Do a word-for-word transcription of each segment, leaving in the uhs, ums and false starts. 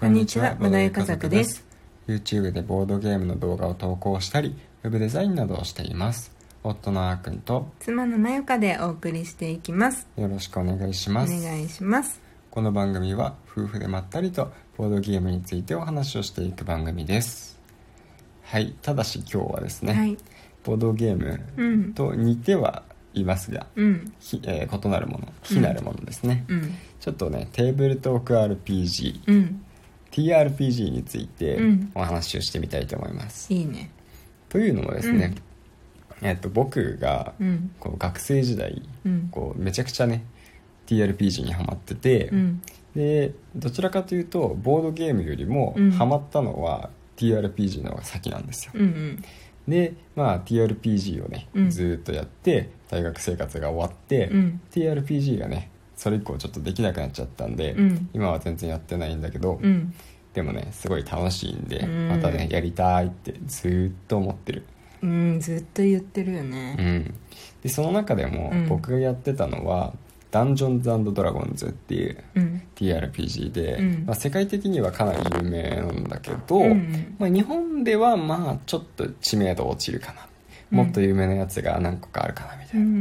こんにちは、ボドゲ家族です。 YouTube でボードゲームの動画を投稿したりウェブデザインなどをしています。夫のあーくんと妻のまゆかでお送りしていきます。 よろしくお願いします。 お願いします。 この番組は夫婦でまったりとボードゲームについてお話をしていく番組です。はい、ただし今日はですね、はい、ボードゲームと似てはいますが、うんえー、異なるもの、非なるものですね、うん、ちょっとねテーブルトーク アールピージー、うん、ティーアールピージー についてお話をしてみたいと思います、 うん、いいね。 というのもですね、うんえー、と僕がこう学生時代、うん、こうめちゃくちゃね ティーアールピージー にハマってて、うん、でどちらかというとボードゲームよりもハマったのは ティーアールピージー の方が先なんですよ、うんうんでまあ、ティーアールピージー をね、うん、ずっとやって大学生活が終わって、うん、ティーアールピージー がねそれ以降ちょっとできなくなっちゃったんで、うん、今は全然やってないんだけど、うん、でもねすごい楽しいんで、うん、またねやりたいってずっと思ってる。 うん、ずっと言ってるよね、 うん、でその中でも僕がやってたのは、ダンジョンズ&ドラゴンズっていう ティーアールピージー で、うんまあ、世界的にはかなり有名なんだけど、うんまあ、日本ではまあちょっと知名度落ちるかな、うん、もっと有名なやつが何個かあるかなみたいな、うん、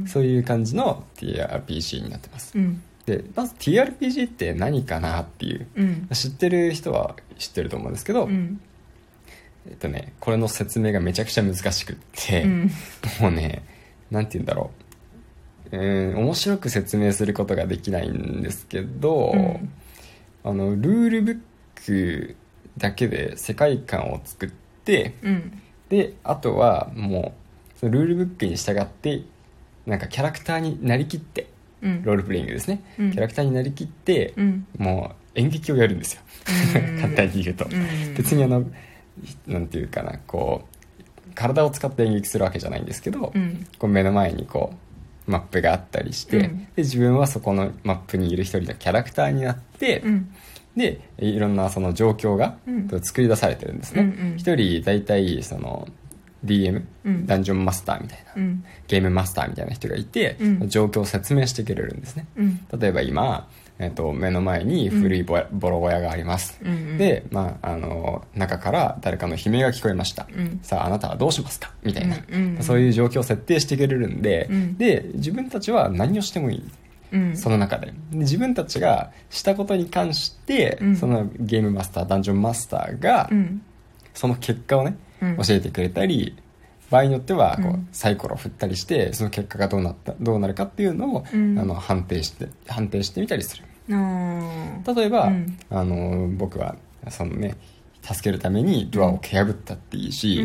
そういう感じの ティーアールピージー になってます、うん、でまず ティーアールピージー って何かなっていう、うん、知ってる人は知ってると思うんですけど、うんえっとね、これの説明がめちゃくちゃ難しくって、うん、もうねなんて言うんだろううん、面白く説明することができないんですけど、うん、あのルールブックだけで世界観を作って、うん、であとはもうそのルールブックに従ってなんかキャラクターになりきって、うん、ロールプレイングですね、うん、キャラクターになりきって、うん、もう演劇をやるんですよ、うん、簡単に言うと、うん、別にあのなんていうかなこう体を使って演劇するわけじゃないんですけど、うん、こう目の前にこうマップがあったりして、うん、で自分はそこのマップにいる一人のキャラクターになって、うん、でいろんなその状況が作り出されてるんですね、うんうん、一人大体その ディーエム、うん、ダンジョンマスターみたいな、うん、ゲームマスターみたいな人がいて、うん、状況を説明してくれるんですね、うん、例えば今えー、と目の前に古いボロ小屋があります、うん、で、まあ、あの中から誰かの悲鳴が聞こえました、うん、さああなたはどうしますかみたいな、うんうん、そういう状況を設定してくれるんで、うん、で自分たちは何をしてもいい、うん、その中で自分たちがしたことに関して、うん、そのゲームマスターダンジョンマスターが、うん、その結果をね、うん、教えてくれたり場合によってはこう、うん、サイコロを振ったりしてその結果がどうなったどうなるかっていうのを、うん、あの判定して判定してみたりする。例えば、うん、あの僕はそのね助けるためにドアを蹴破ったっていいし、うん、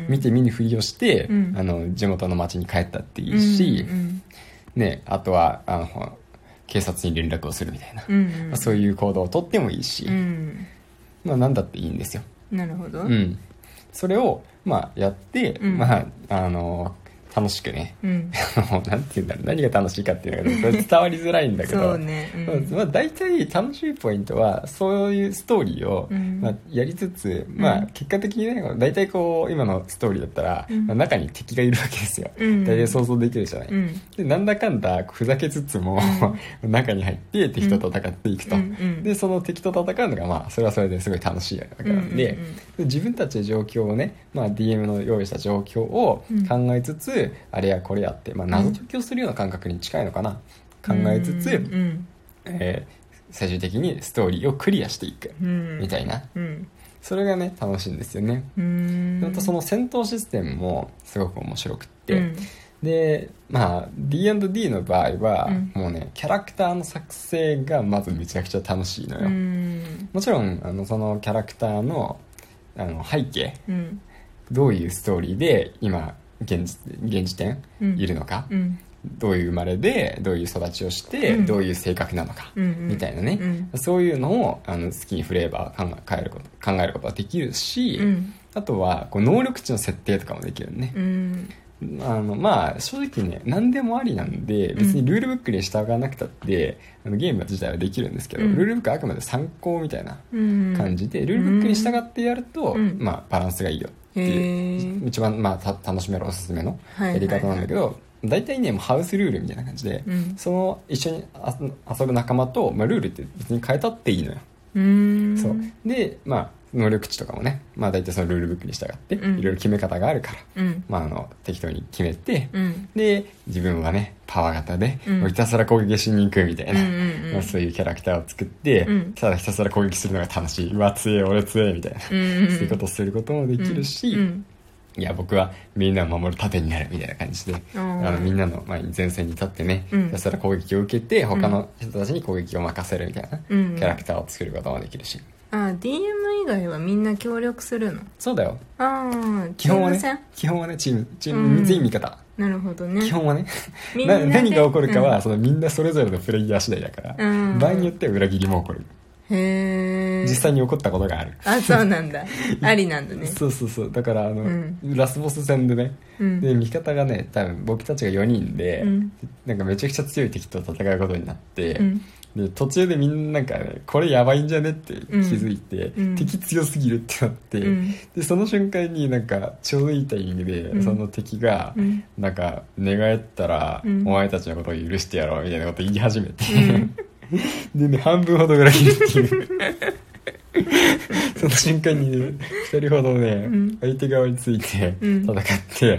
見て見ぬふりをして、うん、あの地元の町に帰ったっていいし、うんね、あとはあの警察に連絡をするみたいな、うんまあ、そういう行動をとってもいいし、うんまあ、何だっていいんですよ。 なるほど、 うん、それを、まあ、やって、うんまあ、あの楽しくね、うん、なんて言うんだろう何が楽しいかっていうのがそれ伝わりづらいんだけどそうね、うんまあ、大体楽しいポイントはそういうストーリーを、うんまあ、やりつつ、まあ、結果的にね大体こう今のストーリーだったら、うんまあ、中に敵がいるわけですよ、うん、大体想像できるじゃない、うん、でなんだかんだふざけつつも、うん、中に入って敵と戦っていくと、うん、でその敵と戦うのが、まあ、それはそれですごい楽しいわけなんで、うんうんうん、自分たちの状況をね、まあ、ディーエム の用意した状況を考えつつ、うんあれやこれやって、まあ、謎解きをするような感覚に近いのかな、うん、考えつつ、うんえー、最終的にストーリーをクリアしていく、うん、みたいな、うん、それがね楽しいんですよね。うんまたその戦闘システムもすごく面白くって、うん、でまあ ディーアンドディー の場合は、うん、もうねキャラクターの作成がまずめちゃくちゃ楽しいのよ、うん、もちろんあのそのキャラクターの、あの背景、うん、どういうストーリーで今現時, 現時点いるのか、うん、どういう生まれでどういう育ちをして、うん、どういう性格なのか、うんうん、みたいなね、うん、そういうのをあの好きにフレーバー考えること考えることができるし、うん、あとはこう能力値の設定とかもできるね、うん、あのまあ正直ね何でもありなんで別にルールブックに従わなくたってあのゲーム自体はできるんですけど、うん、ルールブックはあくまで参考みたいな感じで、うん、ルールブックに従ってやると、うん、まあバランスがいいよっていう一番、まあ、楽しめるおすすめのやり方なんだけど、はいはいはい、大体ねもうハウスルールみたいな感じで、うん、その一緒に遊ぶ仲間と、まあ、ルールって別に変えたっていいのよ、 うーんそうでまあ能力値とかもね、まあ大体そのルールブックに従っていろいろ決め方があるから、うん、まああの適当に決めて、うん、で自分はねパワー型で、うん、もうひたすら攻撃しに行くみたいな、うんうんうんまあ、そういうキャラクターを作って、うん、ただひたすら攻撃するのが楽しい、うわ強え俺強えみたいな、うんうんうん、そういうことをすることもできるし、うんうんいや僕はみんなを守る盾になるみたいな感じで、あのみんなの前に前線に立ってね、うん、ひたすら攻撃を受けて他の人たちに攻撃を任せるみたいな、うん、キャラクターを作ることもできるし、 ああ ディーエム 以外はみんな協力するの？ そうだよ。 ああ基本はね基本はねチームチーム、うん、全員味方。なるほどね。 基本はねな何が起こるかは、うん、そのみんなそれぞれのプレイヤー次第だから、うん、場合によっては裏切りも起こる。 へー、 実際に起こったことがある。 あ、そうなんだありなんだね。 そうそうそう、だからあの、うん、ラスボス戦でね、うん、で味方がね多分僕たちがよにんで、うん、なんかめちゃくちゃ強い敵と戦うことになって、うん、で途中でみんななんかねこれやばいんじゃねって気づいて、うん、敵強すぎるってなって、うん、でその瞬間になんかちょうどいいタイミングで、うん、その敵が、うん、なんか寝返ったら、うん、お前たちのことを許してやろうみたいなこと言い始めて、うんでね半分ほど裏切るっていうその瞬間にねふたりほどね、うん、相手側について戦って、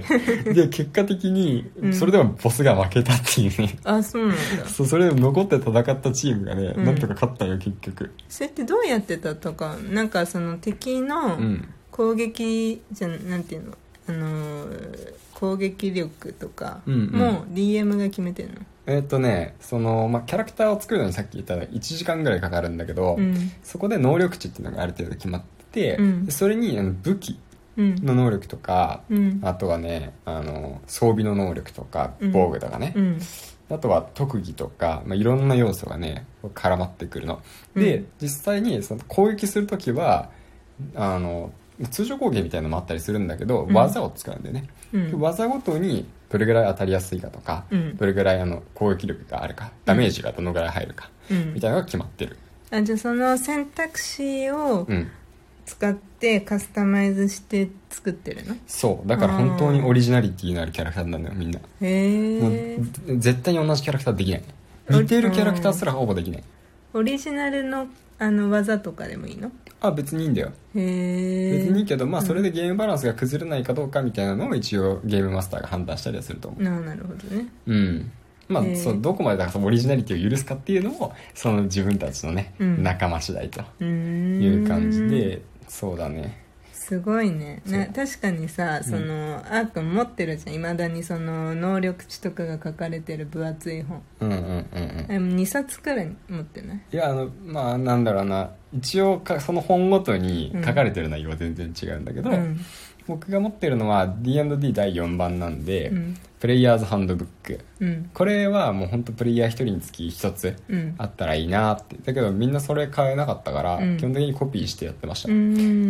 うん、で結果的にそれでもボスが負けたっていうね、 うん、あそうなんだ。 そうそれで残って戦ったチームがね、うん、なんとか勝ったよ結局。 それってどうやってたとかなんかその敵の攻撃じゃなんていうのあのー、攻撃力とかも ディーエム が決めてんの？ えーっとねそのまあ、キャラクターを作るのにさっき言ったらいちじかんぐらいかかるんだけど、うん、そこで能力値っていうのがある程度決まってて、うん、それにあの武器の能力とか、うん、あとはねあの装備の能力とか防具とかね、うん、あとは特技とか、まあ、いろんな要素がね絡まってくるの、で実際にその攻撃するときはあの通常攻撃みたいなのもあったりするんだけど、技を使うんだよね、技ごとにどれぐらい当たりやすいかとか、うん、どれぐらいあの攻撃力があるか、ダメージがどのぐらい入るか、うん、みたいなのが決まってる。 あじゃあその選択肢を使ってカスタマイズして作ってるの？ そうだから本当にオリジナリティのあるキャラクターなんだよみんな。 へえ。絶対に同じキャラクターできない。似てるキャラクターすらほぼできない。 オリジナルのあの技とかでもいいの？ あ別にいいんだよ。 へ別にいいけど、まあ、それでゲームバランスが崩れないかどうかみたいなのを一応ゲームマスターが判断したりはすると思う。 なるほどね。 うんまあ、そうどこまでだからそのオリジナリティを許すかっていうのもその自分たちのね、うん、仲間次第という感じで、そうだねすごいね。な確かにさその、うん、あーくん持ってるじゃんいまだにその能力値とかが書かれてる分厚い本。 うんうんうんうん。 にさつくらい持ってない？ いやあのまあなんだろうな一応かその本ごとに書かれてる内容は全然違うんだけど、うん、僕が持ってるのは ディーアンドディー だいよんばんなんで、うん、プレイヤーズハンドブック、うん、これはもう本当プレイヤーひとりにつきひとつあったらいいなって、だけどみんなそれ買えなかったから、うん、基本的にコピーしてやってました、うん、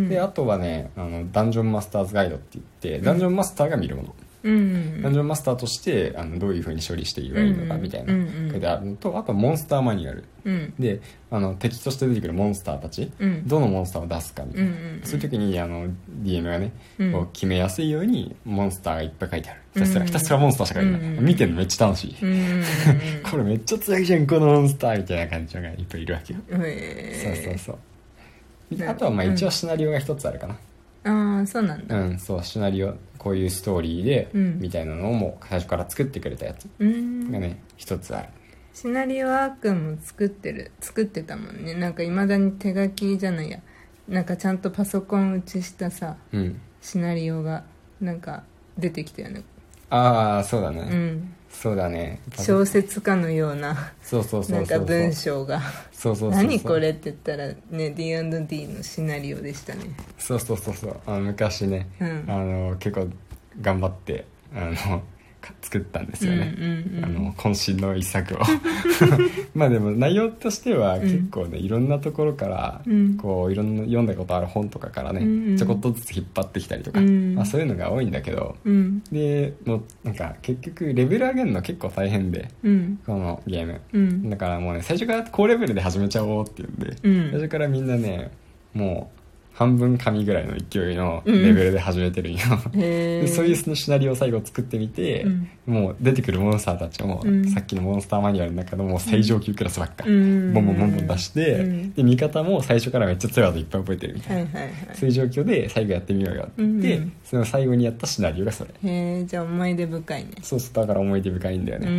であとはねあのダンジョンマスターズガイドって言ってダンジョンマスターが見るもの、うん、ダンジョンマスターとしてあのどういう風に処理していけばいいのかみたいな書いてあるのと、あとモンスターマニュアル、うん、であの敵として出てくるモンスターたち、うん、どのモンスターを出すかみたいな、うんうんうん、そういう時にあの ディーエム がね、うん、こう決めやすいようにモンスターがいっぱい書いてある。ひたすらひたすらモンスターしか書いてない、うんうん、見てるのめっちゃ楽しい、うんうんうん、これめっちゃ強いじゃんこのモンスターみたいな感じのがいっぱいいるわけよ、 へそうそうそう。あとはまあ一応シナリオが一つあるかな、 うん、ああそうなんだ。 うんそうシナリオこういうストーリーで、うん、みたいなのをもう最初から作ってくれたやつがね一つある。 シナリオはあーくんも作ってる作ってたもんね。なんかいまだに手書きじゃないやなんかちゃんとパソコン打ちしたさ、うん、シナリオがなんか出てきたよね。 ああそうだね、 うん、 そうだね小説家のようなそうそうそうそうなんか文章がそうそうそうそう何これって言ったらね ディーアンドディー のシナリオでしたね。 そうそうそうそうあの昔ね、うん、あの結構頑張ってあの作ったんですよね、うんうんうん、あの渾身の一作をまあでも内容としては結構ね、うん、いろんなところから、うん、こういろんな読んだことある本とかからね、うんうん、ちょこっとずつ引っ張ってきたりとか、うんまあ、そういうのが多いんだけど、うん、でもうなんか結局レベル上げるの結構大変で、うん、このゲーム、うん、だからもうね最初から高レベルで始めちゃおうっていうんで、うん、最初からみんなねもう半分紙ぐらいの勢いのレベルで始めてるんよ、 うん、 でそういうシナリオを最後作ってみて、うん、もう出てくるモンスターたちも、うん、さっきのモンスターマニュアルの中のもう最上級クラスばっか、うん、ボンボンボンボン出して、うん、で味方も最初からめっちゃ強い技いっぱい覚えてるみたいな、はいはいはい、そういう状況で最後やってみようよって言って、うん、その最後にやったシナリオがそれ。 へえ、じゃあ思い出深いね。 そうそう、だから思い出深いんだよね、うん、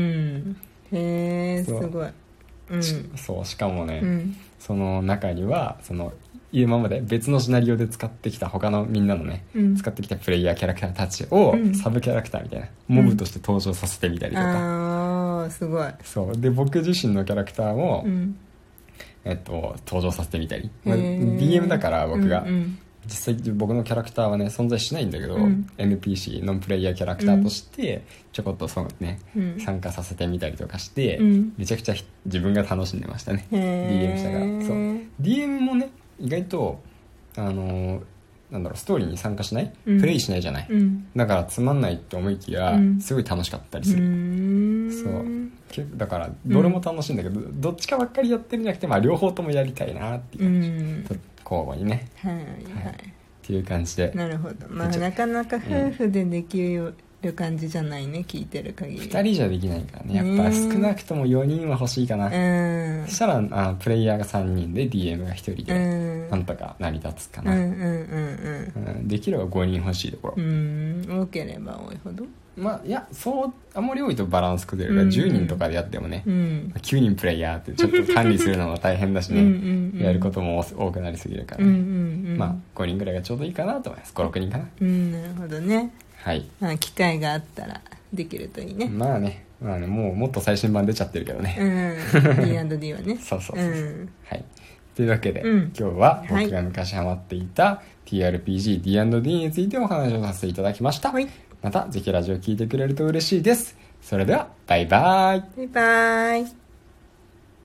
へえ、すごい、うん、 そうしかもね、うん、その中にはその今まで別のシナリオで使ってきた他のみんなのね、うん、使ってきたプレイヤーキャラクターたちをサブキャラクターみたいな、うん、モブとして登場させてみたりとか、 ああすごい。 そうで僕自身のキャラクターも、うん、えっと、登場させてみたり、まあ、ディーエム だから僕が、うんうん、実際僕のキャラクターはね存在しないんだけど、うん、エヌピーシー ノンプレイヤーキャラクターとしてちょこっとそうね、うん、参加させてみたりとかして、うん、めちゃくちゃ自分が楽しんでましたね、ディーエム したから。そう ディーエム もね意外とあのー、なんだろうストーリーに参加しない、うん、プレイしないじゃない、うん、だからつまんないって思いきや、うん、すごい楽しかったりする、うん、そうだからどれも楽しいんだけど、うん、どっちかばっかりやってるんじゃなくて、まあ、両方ともやりたいなっていう感じ、うん、交互にね、はいはい、はい、っていう感じで。 なるほど、まあ、なかなか夫婦でできる感じじゃないね、聞いてる限り。 ふたりじゃできないからね、やっぱ少なくともよにんは欲しいかな、うん、そしたらあプレイヤーがさんにんで ディーエム がひとりで、うん、なんとか成り立つかな、うんうんうんうん、できればごにん欲しいところ。 うん、多ければ多いほど、 まあいやそうあんまり多いとバランス崩れるから、うん、じゅうにんとかでやってもね、うん、きゅうにんプレイヤーってちょっと管理するのも大変だしねうんうん、うん、やることも多くなりすぎるからね、うんうんうん、まあごにんぐらいがちょうどいいかなと思います。ごろくにんかな。 うん、なるほどね。 はい、 まあ、機会があったらできるといいね。 まあね、まあね、もうもっと最新版出ちゃってるけどね、 うん、ディーアンドディー はねそうそうそう、うん、はい。というわけで、うん、今日は僕が昔ハマっていた ティーアールピージー ディーアンドディー についてお話をさせていただきました、はい、またぜひラジオ聞いてくれると嬉しいです。それではバイバイ。 バイバイ。